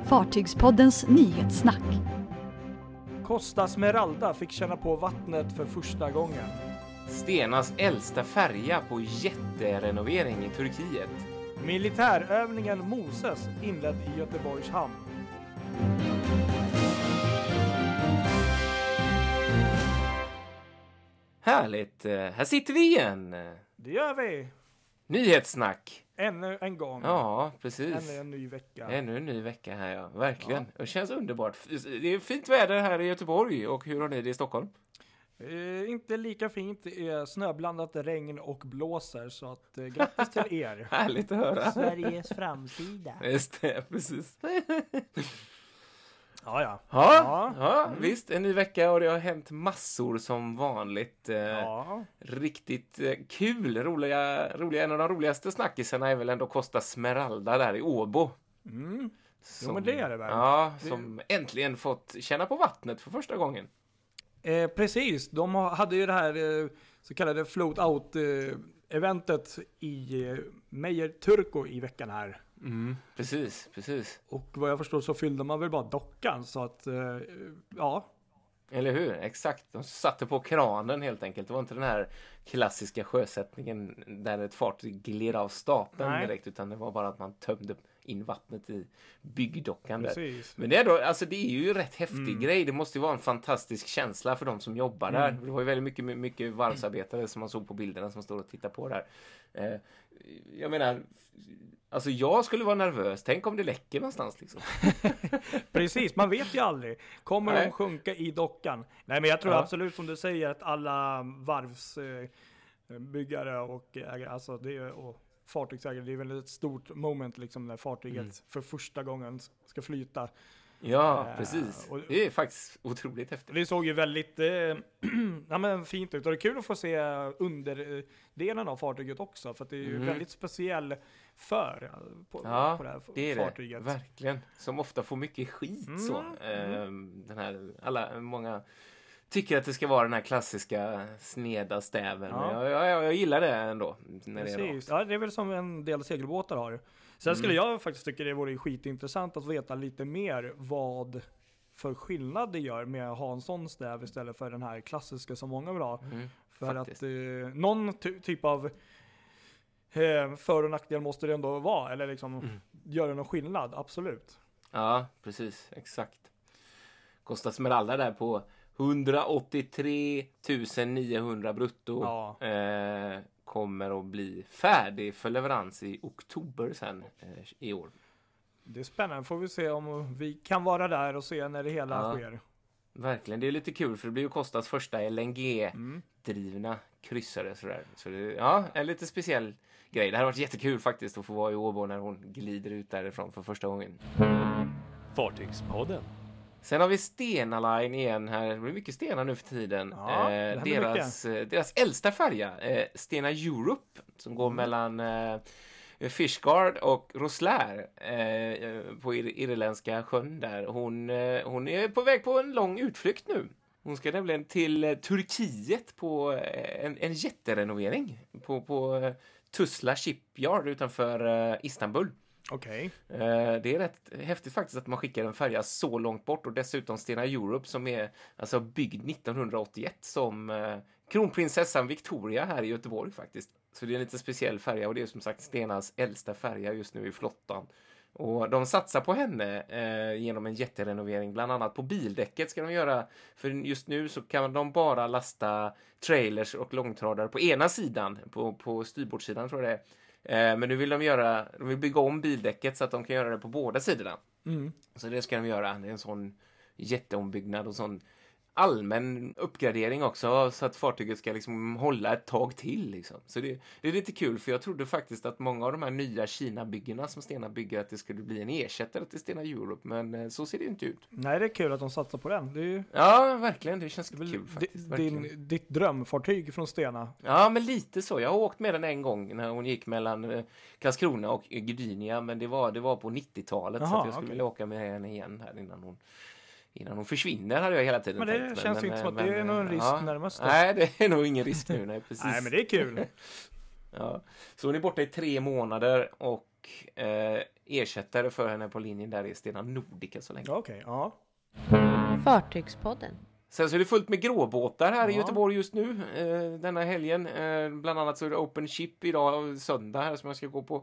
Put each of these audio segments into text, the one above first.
Fartygspoddens nyhetssnack. Costa Smeralda fick känna på vattnet för första gången. Stenas äldsta färja på jätterenovering i Turkiet. Militärövningen Moses inledd i Göteborgs hamn. Härligt, här sitter vi igen. Det gör vi. Nyhetssnack. Ännu en gång. Ja, precis. Ännu en ny vecka. Ännu en ny vecka här, ja. Verkligen. Det känns underbart. Det är fint väder här i Göteborg. Och hur har ni det i Stockholm? Inte lika fint. Det är snöblandat regn och blåser. Så att grattis till er. Härligt att höra. Sveriges framsida. Just det, precis. Ja. Visst. En ny vecka och det har hänt massor som vanligt. Riktigt kul. Roliga, en av de roligaste snackisarna är väl ändå Costa Smeralda där i Åbo. Jo, men det är det väl. Ja, som äntligen fått känna på vattnet för första gången. Precis, de hade ju det här så kallade float out eventet i Meyer Turku i veckan här. Precis. Och vad jag förstår så fyllde man väl bara dockan så att, ja. Eller hur? Exakt. De satte på kranen helt enkelt. Det var inte den här klassiska sjösättningen där ett fartyg gled av stapeln direkt, utan det var bara att man tömde in vattnet i byggdockan där. Men det är, alltså, det är ju en rätt häftig grej. Det måste ju vara en fantastisk känsla för de som jobbar där. Det var ju väldigt mycket varvsarbetare som man såg på bilderna som står och tittar på där. Jag menar, alltså jag skulle vara nervös. Tänk om det läcker någonstans liksom. Precis, man vet ju aldrig. Kommer de sjunka i dockan? Nej, men jag tror absolut som du säger att alla varvsbyggare och ägare, alltså det är, och fartygsägare, det är väl ett stort moment liksom när fartyget för första gången ska flyta. Ja, precis. Och det är faktiskt otroligt häftigt. Det såg ju väldigt fint ut. Och det är kul att få se underdelen av fartyget också. För att det är ju väldigt speciell på det här det är fartyget. Det, verkligen. Som ofta får mycket skit. Många tycker att det ska vara den här klassiska sneda stäven. Men jag gillar det ändå. När precis. Det är väl som en del segelbåtar har. Sen skulle jag faktiskt tycka det vore skitintressant att veta lite mer vad för skillnad det gör med att ha en sån stäv istället för den här klassiska som många vill ha. För faktiskt. att någon typ av för- och nackdel måste det ändå vara. Eller liksom göra någon skillnad, absolut. Ja, precis. Exakt. Costa Smeralda där på 183 900 brutto. Kommer att bli färdig för leverans i oktober sen i år. Det är spännande. Får vi se om vi kan vara där och se när det hela sker. Verkligen, det är lite kul för det blir ju Costas första LNG-drivna kryssare. Sådär. Så det en lite speciell grej. Det här har varit jättekul faktiskt att få vara i Åbo när hon glider ut därifrån för första gången. Fartygspodden. Sen har vi Stena Line igen här. Det blir mycket Stena nu för tiden. Deras äldsta färja, Stena Europe, som går mellan Fishguard och Roslair på irländska sjön där. Hon är på väg på en lång utflykt nu. Hon ska nämligen till Turkiet på en jätterenovering på Tuzla Shipyard utanför Istanbul. Okej. Det är rätt häftigt faktiskt att man skickar en färja så långt bort, och dessutom Stena Europe som är alltså byggd 1981 som kronprinsessan Victoria här i Göteborg faktiskt. Så det är en lite speciell färja, och det är som sagt Stenas äldsta färja just nu i flottan. Och de satsar på henne genom en jätterenovering, bland annat på bildäcket ska de göra, för just nu så kan de bara lasta trailers och långtradare på ena sidan, på styrbordssidan tror jag det är. Men nu vill de vill bygga om bildäcket så att de kan göra det på båda sidorna. Så det ska de göra. Det är en sån jätteombyggnad och sån allmän uppgradering också, så att fartyget ska liksom hålla ett tag till liksom. Så det är lite kul, för jag trodde faktiskt att många av de här nya Kina-byggena som Stena bygger, att det skulle bli en ersättare till Stena Europe, men så ser det inte ut. Nej, det är kul att de satsar på den. Det är ju... Ja, verkligen. Det känns kul faktiskt. Ditt drömfartyg från Stena. Ja, men lite så. Jag har åkt med den en gång när hon gick mellan Karlskrona och Gdynia, men det var på 90-talet. Så att jag skulle vilja åka med henne igen här innan hon försvinner, hade jag hela tiden tänkt. Men det känns inte som att det är någon risk närmast. Nej, det är nog ingen risk nu. Nej, precis. Nej, men det är kul. Så hon är borta i 3 månader och och ersättare för henne på linjen där är Stena Nordica så länge. Okej, ja. Fartygspodden. Sen så är det fullt med gråbåtar här i Göteborg just nu denna helgen. Bland annat så är det Open Ship idag söndag här som jag ska gå på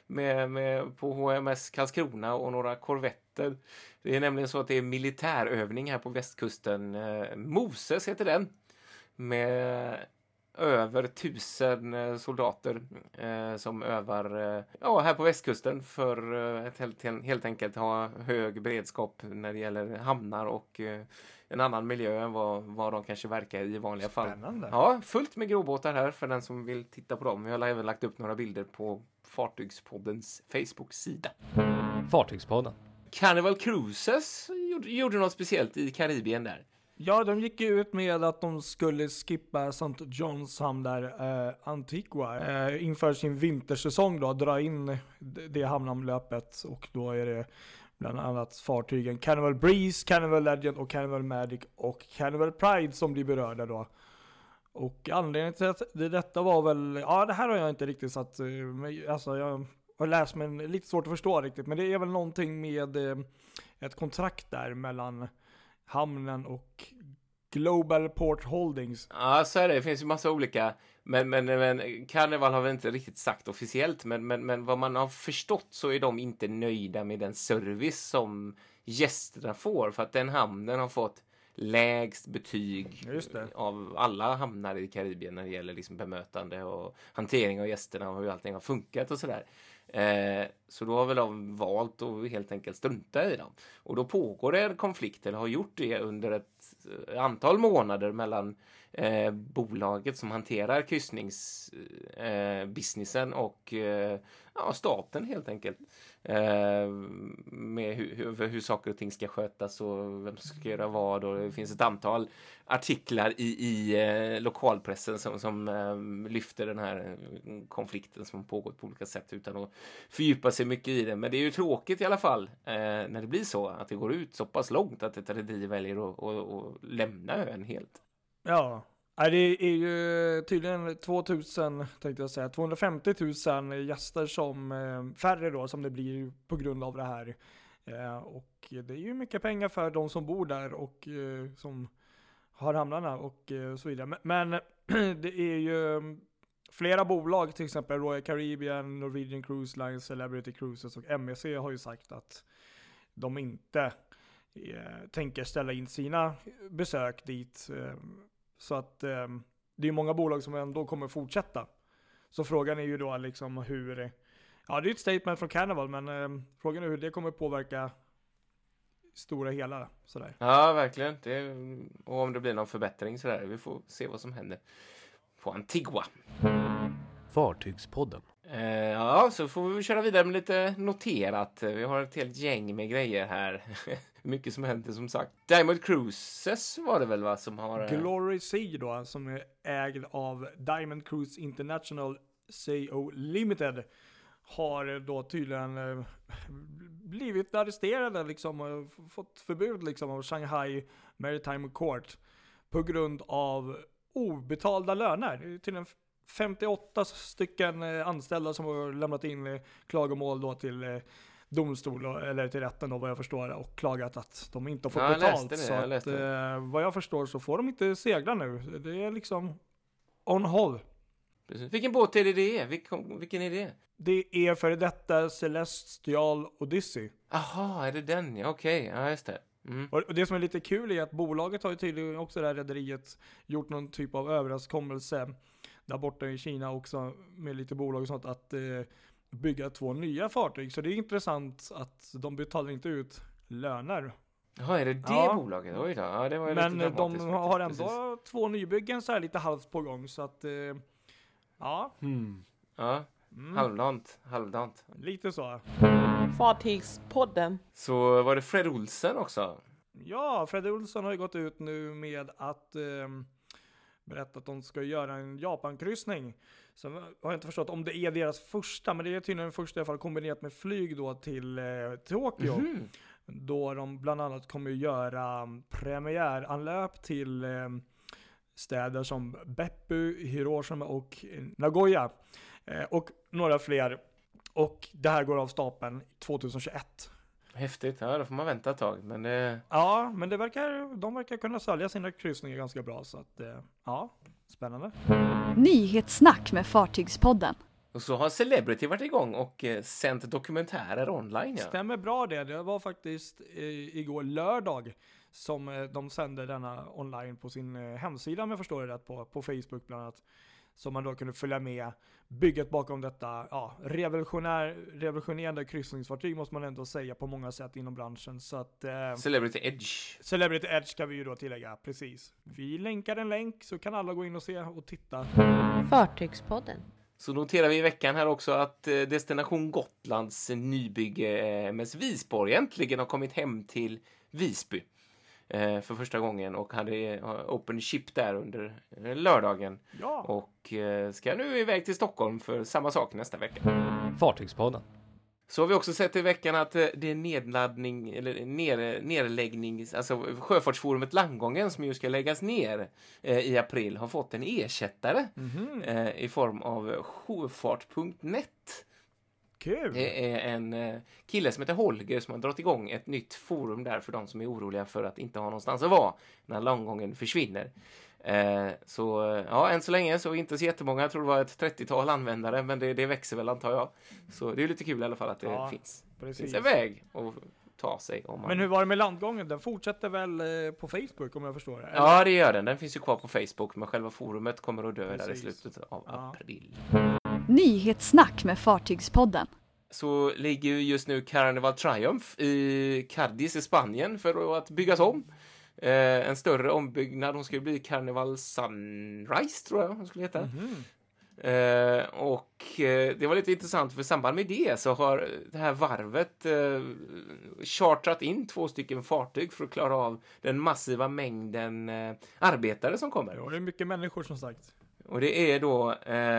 på HMS Karlskrona och några korvetter. Det är nämligen så att det är militärövning här på västkusten. Moses heter den. Med över 1000 soldater som övar här på västkusten för att helt enkelt ha hög beredskap när det gäller hamnar och en annan miljö än vad de kanske verkar i vanliga fall. Spännande. Ja, fullt med gråbåtar här för den som vill titta på dem. Jag har även lagt upp några bilder på Fartygspoddens Facebook-sida. Fartygspodden. Carnival Cruises gjorde något speciellt i Karibien där. Ja, de gick ju ut med att de skulle skippa St. John's hamn där, Antigua, inför sin vintersäsong då, dra in det hamnanlöpet, och då är det bland annat fartygen Carnival Breeze, Carnival Legend och Carnival Magic och Carnival Pride som blir berörda då. Och anledningen till att detta var väl, det här har jag inte riktigt satt, alltså jag har läst men lite svårt att förstå riktigt, men det är väl någonting med ett kontrakt där mellan hamnen och Global Port Holdings. Ja, så är det. Det finns ju massa olika. Men Carnival har väl inte riktigt sagt officiellt. Men vad man har förstått så är de inte nöjda med den service som gästerna får. För att den hamnen har fått lägst betyg av alla hamnar i Karibien när det gäller liksom bemötande och hantering av gästerna och hur allting har funkat och sådär. Så då har väl de valt att helt enkelt strunta i dem. Och då pågår det en konflikt, eller har gjort det under ett antal månader mellan bolaget som hanterar kryssningsbusinessen och staten helt enkelt. Med hur saker och ting ska skötas och vem ska göra vad. Och det finns ett antal artiklar i lokalpressen som lyfter den här konflikten som pågått på olika sätt utan att fördjupa sig mycket i det. Men det är ju tråkigt i alla fall när det blir så att det går ut så pass långt att ett rederi väljer att lämna ön helt. Ja, det är ju tydligen 250 000 gäster som färre då som det blir på grund av det här. Och det är ju mycket pengar för de som bor där och som har hamnarna och så vidare. Men det är ju flera bolag, till exempel Royal Caribbean, Norwegian Cruise Line, Celebrity Cruises och MEC har ju sagt att de inte tänker ställa in sina besök dit. Så att det är många bolag som ändå kommer fortsätta. Så frågan är ju då liksom hur, ja det är ett statement från Carnival, men frågan är hur det kommer påverka stora hela sådär. Ja, verkligen. Och om det blir någon förbättring sådär, vi får se vad som händer på Antigua. Fartygspodden. Så får vi köra vidare med lite noterat. Vi har ett helt gäng med grejer här. Mycket som händer som sagt. Diamond Cruises var det väl va som har... Glory Sea då, som är ägd av Diamond Cruise International CO Limited, har då tydligen blivit arresterade liksom, och fått förbud liksom av Shanghai Maritime Court på grund av obetalda löner. Till en 58 stycken anställda som har lämnat in klagomål då till domstol eller till rätten då vad jag förstår och klagat att de inte har fått betalt. Så att, vad jag förstår så får de inte segla nu. Det är liksom on hold. Precis. Vilken båt är det? Vilken är det? Det är för detta Celestial Odyssey. Aha, är det den? Ja, okej. Ja, just det. Mm. Och det som är lite kul är att bolaget har ju tydligen också det här rederiet gjort någon typ av överenskommelse där borta i Kina också med lite bolag och sånt att bygga 2 nya fartyg. Så det är intressant att de betalar inte ut löner. Ja, är det bolaget? Oj då. Ja, det var ju men lite de har ändå precis. 2 nybyggen så här lite halvt på gång. Så att, ja. Ja, halvdant. Lite så. Fartygspodden. Så var det Fred Olsen också? Ja, Fred Olsen har ju gått ut nu med att berätta att de ska göra en Japan-kryssning. Så har jag inte förstått om det är deras första, men det är tydligen den första i alla fall kombinerat med flyg då till Tokyo. Mm-hmm. Då de bland annat kommer göra premiäranlöp till städer som Beppu, Hiroshima och Nagoya. Och några fler. Och det här går av stapeln 2021. Häftigt, ja då får man vänta ett tag. Men det... Ja, men de verkar kunna sälja sina kryssningar ganska bra. Så att, ja, spännande. Nyhetssnack med Fartygspodden. Och så har Celebrity varit igång och sänt dokumentärer online. Ja. Stämmer bra det. Det var faktiskt igår lördag som de sände denna online på sin hemsida, om jag förstår det rätt, på Facebook bland annat. Så man då kunde följa med bygget bakom detta revolutionerande kryssningsfartyg, måste man ändå säga på många sätt inom branschen. Så att, Celebrity Edge. Celebrity Edge ska vi ju då tillägga, precis. Vi länkar en länk så kan alla gå in och se och titta. Fartygspodden. Så noterar vi i veckan här också att Destination Gotlands nybygge MS Visborg äntligen har kommit hem till Visby för första gången och hade open ship där under lördagen. Ja. Och ska nu iväg till Stockholm för samma sak nästa vecka. Fartygspodden. Så har vi också sett i veckan att det är nedläggning, alltså Sjöfartsforumet Landgången som ju ska läggas ner i april har fått en ersättare i form av Sjöfart.net. Kul! Det är en kille som heter Holger som har dragit igång ett nytt forum där för de som är oroliga för att inte ha någonstans att vara när Landgången försvinner. Så ja, än så länge så inte så jättemånga, jag tror det var ett 30-tal användare, men det växer väl antar jag. Så det är lite kul i alla fall att det finns en väg att ta sig. Om man... Men hur var det med Landgången? Den fortsätter väl på Facebook om jag förstår det? Eller? Ja, det gör den. Den finns ju kvar på Facebook, men själva forumet kommer att dö där i slutet av april. Nyhetssnack med Fartygspodden. Så ligger ju just nu Carnival Triumph i Cadiz i Spanien för att byggas om. En större ombyggnad. Hon skulle bli Carnival Sunrise, tror jag hon skulle heta. Och det var lite intressant, för i samband med det så har det här varvet chartrat in 2 stycken fartyg för att klara av den massiva mängden arbetare som kommer. Ja, det är mycket människor som sagt. Och det är då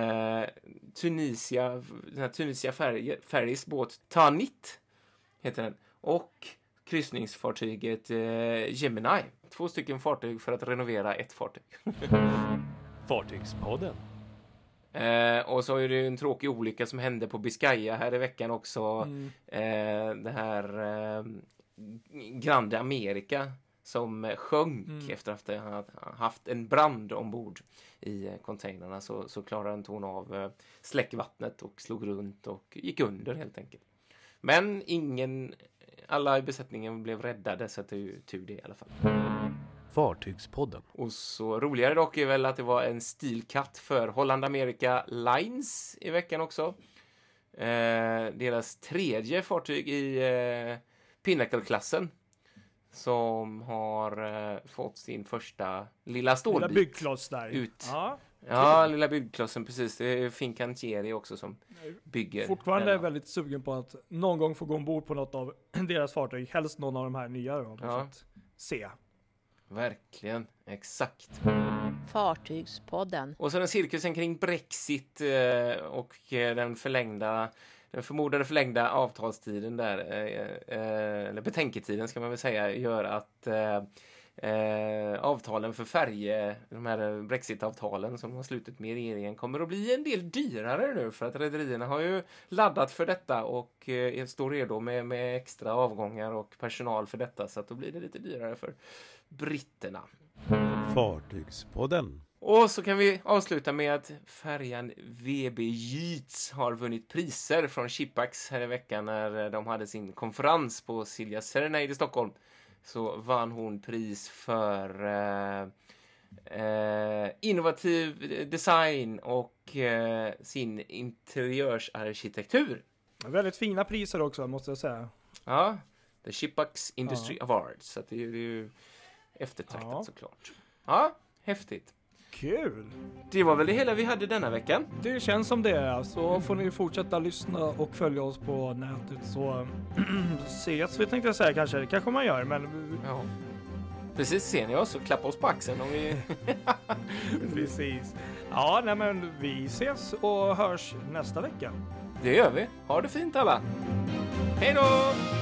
Tunisia Ferries båt Tanit heter den. Och kryssningsfartyget Gemini. 2 stycken fartyg för att renovera ett fartyg. Fartygspodden. Och så är det en tråkig olycka som hände på Biscaya här i veckan också. Det här Grande America som sjönk efter att ha haft en brand ombord i containrarna. Så klarade inte hon av släckvattnet och slog runt och gick under helt enkelt. Men alla i besättningen blev räddade, så det är ju tur det i alla fall. Fartygspodden. Och så roligare dock är väl att det var en stilkatt för Holland America Lines i veckan också. Deras 3:e fartyg i Pinnacle-klassen som har fått sin första lilla stålbit. Lilla byggkloss där. Ut. Ja, lilla byggklossen, precis. Det är Fincantieri också som bygger. Fortfarande är väldigt sugen på att någon gång få gå ombord på något av deras fartyg. Helst någon av de här nya då, för att se. Verkligen, exakt. Fartygspodden. Och så den cirkusen kring Brexit och den förmodade förlängda avtalstiden där, eller betänketiden ska man väl säga, gör att avtalen för de här Brexit-avtalen som har slutit med regeringen kommer att bli en del dyrare nu, för att rederierna har ju laddat för detta och står redo med extra avgångar och personal för detta, så att då blir det lite dyrare för britterna. Fartygspodden. Och så kan vi avsluta med att färjan VB Yeats har vunnit priser från Shipax här i veckan när de hade sin konferens på Silja Serenade i Stockholm. Så vann hon pris för innovativ design och sin interiörsarkitektur. Väldigt fina priser också, måste jag säga. Ja, The Shipax Industry Awards. Så det är ju eftertraktat såklart. Ja, häftigt. Kul! Det var väl det hela vi hade denna veckan. Det känns som det. Så får ni fortsätta lyssna och följa oss på nätet. Så ses vi, tänkte jag säga kanske. Det kanske man gör, men... Ja. Precis, ser ni oss och klappa oss på axeln om vi... Precis. Ja, nej, men vi ses och hörs nästa vecka. Det gör vi. Ha det fint alla. Hej då!